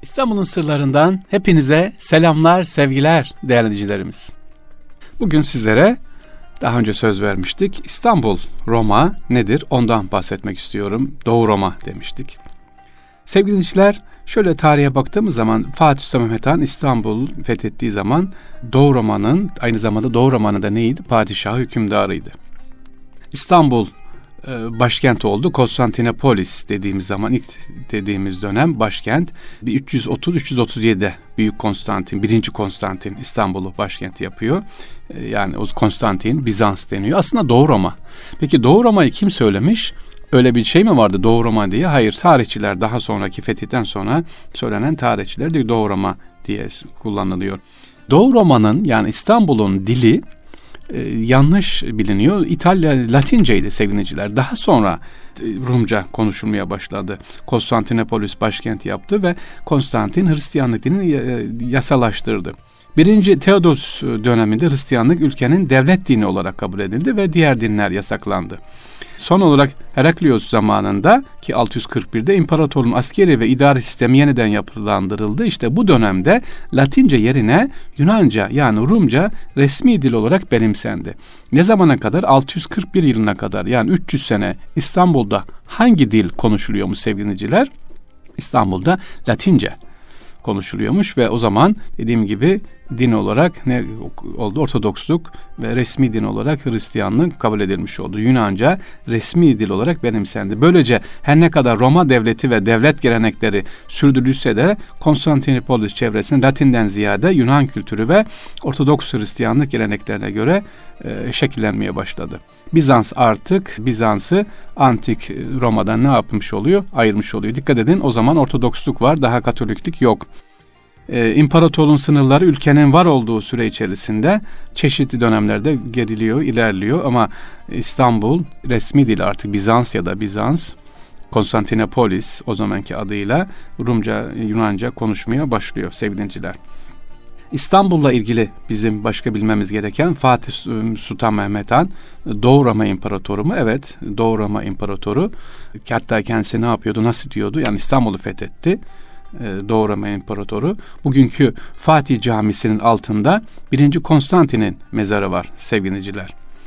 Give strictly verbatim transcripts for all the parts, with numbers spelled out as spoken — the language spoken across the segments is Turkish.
İstanbul'un sırlarından hepinize selamlar, sevgiler değerli dinleyicilerimiz. Bugün sizlere daha önce söz vermiştik. İstanbul, Roma nedir? Ondan bahsetmek istiyorum. Doğu Roma demiştik. Sevgili dinleyiciler, şöyle tarihe baktığımız zaman Fatih Sultan Mehmet Han İstanbul fethettiği zaman Doğu Roma'nın, aynı zamanda Doğu Roma'nın da neydi? Padişahı, hükümdarıydı. İstanbul başkent oldu. Konstantinopolis dediğimiz zaman, ilk dediğimiz dönem başkent. üç yüz otuz üç yüz otuz yedi'de Büyük Konstantin, birinci Konstantin İstanbul'u başkent yapıyor. Yani o Konstantin, Bizans deniyor. Aslında Doğu Roma. Peki Doğu Roma'yı kim söylemiş? Öyle bir şey mi vardı Doğu Roma diye? Hayır, tarihçiler, daha sonraki fetihten sonra söylenen tarihçiler diyor Doğu Roma diye kullanılıyor. Doğu Roma'nın, yani İstanbul'un dili Ee, yanlış biliniyor. İtalya Latinceydi sevgiliciler. Daha sonra e, Rumca konuşulmaya başladı. Konstantinopolis başkent yaptı ve Konstantin Hristiyanlık dinini e, yasalaştırdı. Birinci Theodosius döneminde Hristiyanlık ülkenin devlet dini olarak kabul edildi ve diğer dinler yasaklandı. Son olarak Heraklios zamanında ki altı yüz kırk bir'de imparatorluğun askeri ve idari sistemi yeniden yapılandırıldı. İşte bu dönemde Latince yerine Yunanca, yani Rumca resmi dil olarak benimsendi. Ne zamana kadar? altı yüz kırk bir yılına kadar, yani üç yüz sene İstanbul'da hangi dil konuşuluyormuş sevgili dinleyiciler? İstanbul'da Latince konuşuluyormuş ve o zaman dediğim gibi din olarak ne oldu? Ortodoksluk ve resmi din olarak Hristiyanlık kabul edilmiş oldu. Yunanca resmi dil olarak benimsendi. Böylece her ne kadar Roma devleti ve devlet gelenekleri sürdürülse de Konstantinopolis çevresinde Latin'den ziyade Yunan kültürü ve Ortodoks Hristiyanlık geleneklerine göre e, şekillenmeye başladı. Bizans artık Bizans'ı antik Roma'dan ne yapmış oluyor? Ayırmış oluyor. Dikkat edin, o zaman Ortodoksluk var, daha Katoliklik yok. Ee, İmparatorluğun sınırları ülkenin var olduğu süre içerisinde çeşitli dönemlerde geriliyor, ilerliyor ama İstanbul resmi dil artık Bizans ya da Bizans, Konstantinopolis o zamanki adıyla Rumca, Yunanca konuşmaya başlıyor sevgili dinleyiciler. İstanbul'la ilgili bizim başka bilmemiz gereken Fatih Sultan Mehmet Han Doğu Roma İmparatoru mu? Evet, Doğu Roma İmparatoru. Hatta kendisi ne yapıyordu, nasıl diyordu? Yani İstanbul'u fethetti. Doğu Roma İmparatoru. Bugünkü Fatih Camisi'nin altında birinci Konstantin'in mezarı var sevgili dinleyiciler.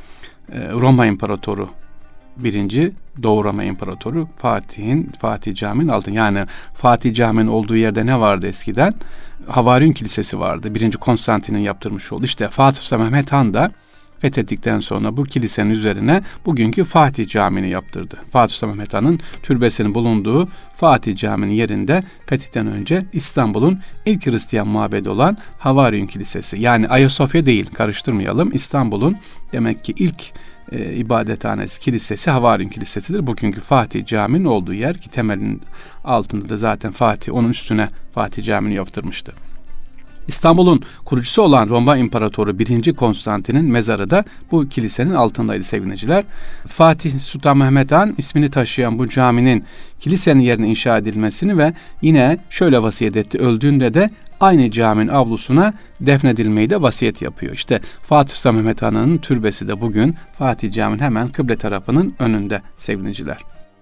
Roma İmparatoru birinci Doğu Roma İmparatoru Fatih'in Fatih Camii'nin altında. Yani Fatih Camii'nin olduğu yerde ne vardı eskiden? Havaryun Kilisesi vardı. birinci Konstantin'in yaptırmış olduğu. İşte Fatih Sultan Mehmet Han da fethettikten sonra bu kilisenin üzerine bugünkü Fatih Camii'ni yaptırdı. Fatih Sultan Mehmet Han'ın türbesinin bulunduğu Fatih Camii'nin yerinde fetihten önce İstanbul'un ilk Hristiyan mabedi olan Havaryun Kilisesi, yani Ayasofya değil, karıştırmayalım, İstanbul'un demek ki ilk e, ibadethanesi, kilisesi Havaryun Kilisesi'dir. Bugünkü Fatih Camii'nin olduğu yer ki temelin altında da zaten Fatih, onun üstüne Fatih Camii'ni yaptırmıştı. İstanbul'un kurucusu olan Roma İmparatoru birinci Konstantin'in mezarı da bu kilisenin altındaydı sevgiliciler. Fatih Sultan Mehmet Han ismini taşıyan bu caminin kilisenin yerine inşa edilmesini ve yine şöyle vasiyet etti. Öldüğünde de aynı caminin avlusuna defnedilmeyi de vasiyet yapıyor. İşte Fatih Sultan Mehmet Han'ın türbesi de bugün Fatih Camii'nin hemen kıble tarafının önünde sevgiliciler.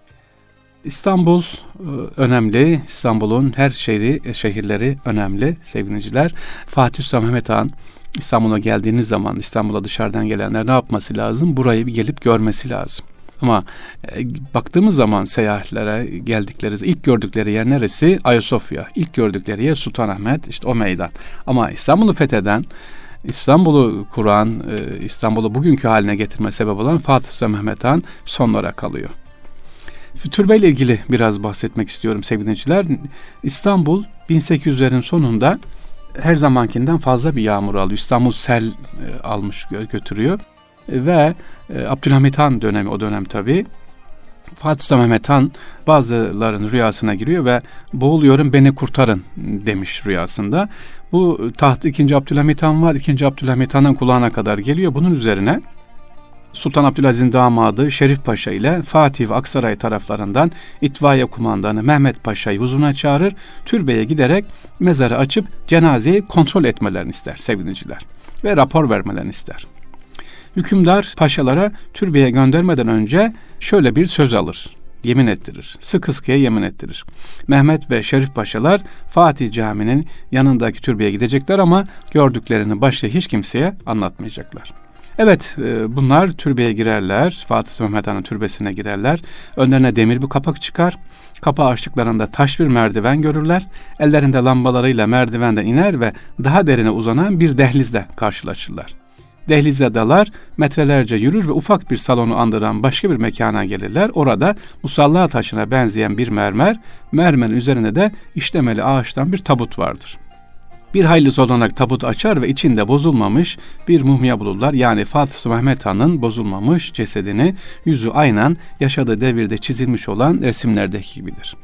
İstanbul önemli. İstanbul'un her şehri, şehirleri önemli sevgiliciler. Fatih Sultan Mehmet Han İstanbul'a geldiğiniz zaman, İstanbul'a dışarıdan gelenler ne yapması lazım? Burayı bir gelip görmesi lazım. Ama e, baktığımız zaman seyahatlere geldikleri, ilk gördükleri yer neresi? Ayasofya. İlk gördükleri yer Sultanahmet, işte o meydan. Ama İstanbul'u fetheden, İstanbul'u kuran, e, İstanbul'u bugünkü haline getirme sebep olan Fatih Sultan Mehmet Han sonlara kalıyor. Türbeyle ilgili biraz bahsetmek istiyorum sevgili dinleyiciler. İstanbul bin sekiz yüzlerin sonunda her zamankinden fazla bir yağmur alıyor. İstanbul sel e, almış götürüyor. E, ve e, Abdülhamit Han dönemi, o dönem tabii. Fatih Sultan Mehmet Han bazıların rüyasına giriyor ve boğuluyorum, beni kurtarın demiş rüyasında. Bu taht ikinci Abdülhamit Han var. ikinci Abdülhamit Han'ın kulağına kadar geliyor. Bunun üzerine Sultan Abdülaziz'in damadı Şerif Paşa ile Fatih ve Aksaray taraflarından itfaiye kumandanı Mehmet Paşa'yı huzuruna çağırır. Türbeye giderek mezarı açıp cenazeyi kontrol etmelerini ister sevgiliciler ve rapor vermelerini ister. Hükümdar paşalara türbeye göndermeden önce şöyle bir söz alır. yemin ettirir. Sıkı sıkıya yemin ettirir. Mehmet ve Şerif Paşalar Fatih Camii'nin yanındaki türbeye gidecekler ama gördüklerini başta hiç kimseye anlatmayacaklar. Evet, bunlar türbeye girerler. Fatih Mehmet Han'ın türbesine girerler. Önlerine demir bir kapak çıkar. Kapağı açtıklarında taş bir merdiven görürler. Ellerinde lambalarıyla merdivenden iner ve daha derine uzanan bir dehlizle karşılaşırlar. Dehlize dalar, metrelerce yürür ve ufak bir salonu andıran başka bir mekana gelirler. Orada musalla taşına benzeyen bir mermer, mermerin üzerinde de işlemeli ağaçtan bir tabut vardır. Bir hayli zorlanarak tabut açar ve içinde bozulmamış bir mumya bulurlar. Yani Fatih Mehmet Han'ın bozulmamış cesedini, yüzü aynen yaşadığı devirde çizilmiş olan resimlerdeki gibidir.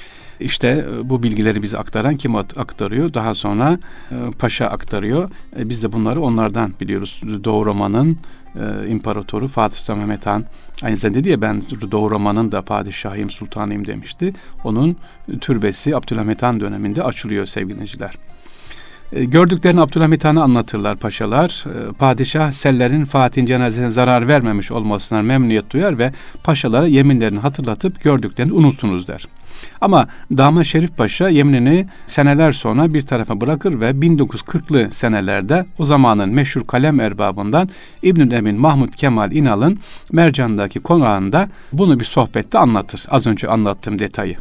İşte bu bilgileri bize aktaran kim aktarıyor? Daha sonra e, Paşa aktarıyor. E, biz de bunları onlardan biliyoruz. Doğu Roma'nın e, imparatoru Fatih Sultan Mehmet Han aynı zamanda dedi ya, ben Doğu Roma'nın da padişahıyım, sultanıyım demişti. Onun türbesi Abdülhamit Han döneminde açılıyor sevgili dinleyiciler. Gördüklerini Abdülhamit Han'a anlatırlar paşalar. Padişah sellerin Fatih'in cenazesine zarar vermemiş olmasına memnuniyet duyar ve paşalara yeminlerini hatırlatıp gördüklerini unuttunuz der. Ama damat Şerif Paşa yeminini seneler sonra bir tarafa bırakır ve bin dokuz yüz kırklı senelerde o zamanın meşhur kalem erbabından İbnül Emin Mahmud Kemal İnal'ın Mercan'daki konağında bunu bir sohbette anlatır. Az önce anlattığım detayı.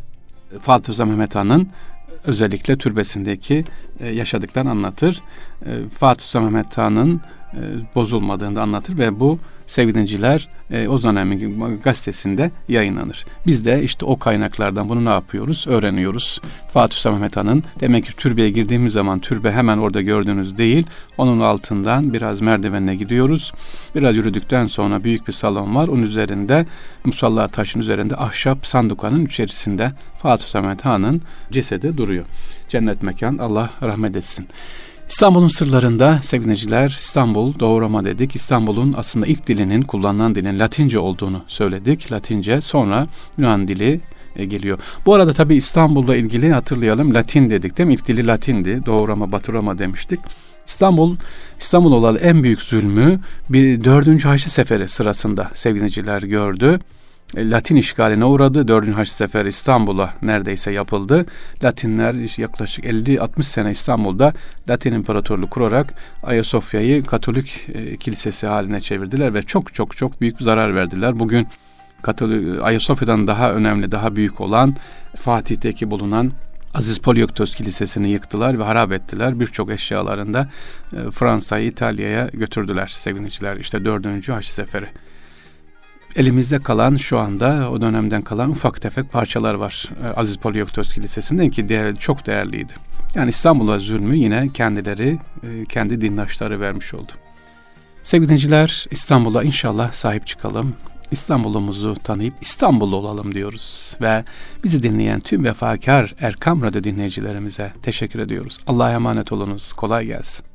Fatih Sultan Mehmet Han'ın özellikle türbesindeki e, yaşadıklarını anlatır. E, Fatih Sultan Mehmet Han'ın e, bozulmadığını anlatır ve bu sevgiliciler e, o dönemin gazetesinde yayınlanır. Biz de işte o kaynaklardan bunu ne yapıyoruz? Öğreniyoruz. Fatih Sultan Mehmet Han'ın demek ki türbeye girdiğimiz zaman türbe hemen orada gördüğünüz değil. Onun altından biraz merdivenine gidiyoruz. Biraz yürüdükten sonra büyük bir salon var. Onun üzerinde musalla taşın üzerinde ahşap sandukanın içerisinde Fatih Sultan Mehmet Han'ın cesedi duruyor. Cennet mekan, Allah rahmet etsin. İstanbul'un sırlarında sevgiliciler, İstanbul, Doğu Roma dedik. İstanbul'un aslında ilk dilinin, kullanılan dilin Latince olduğunu söyledik. Latince, sonra Yunan dili e, geliyor. Bu arada tabii İstanbul'la ilgili hatırlayalım. Latin dedik değil mi? İlk dili Latindi. Doğu Roma, Batı Roma demiştik. İstanbul, İstanbul olan en büyük zulmü bir dördüncü Haçlı Seferi sırasında sevgiliciler gördü. Latin işgaline uğradı. Dördüncü Haçlı Seferi İstanbul'a neredeyse yapıldı. Latinler yaklaşık elli altmış sene İstanbul'da Latin İmparatorluğu kurarak Ayasofya'yı Katolik e, kilisesi haline çevirdiler ve çok çok çok büyük bir zarar verdiler. Bugün Katolik, Ayasofya'dan daha önemli, daha büyük olan Fatih'teki bulunan Aziz Polioktos Kilisesi'ni yıktılar ve harap ettiler. Birçok eşyalarını da e, Fransa'ya, İtalya'ya götürdüler sevgiliciler. İşte dördüncü Haçlı Seferi. Elimizde kalan şu anda o dönemden kalan ufak tefek parçalar var Aziz Polioktos Kilisesi'nden ki değer, çok değerliydi. Yani İstanbul'a zulmü yine kendileri, kendi dindaşları vermiş oldu. Sevgili dinleyiciler, İstanbul'a inşallah sahip çıkalım. İstanbul'umuzu tanıyıp İstanbullu olalım diyoruz. Ve bizi dinleyen tüm vefakar Erkam Radyo dinleyicilerimize teşekkür ediyoruz. Allah'a emanet olunuz. Kolay gelsin.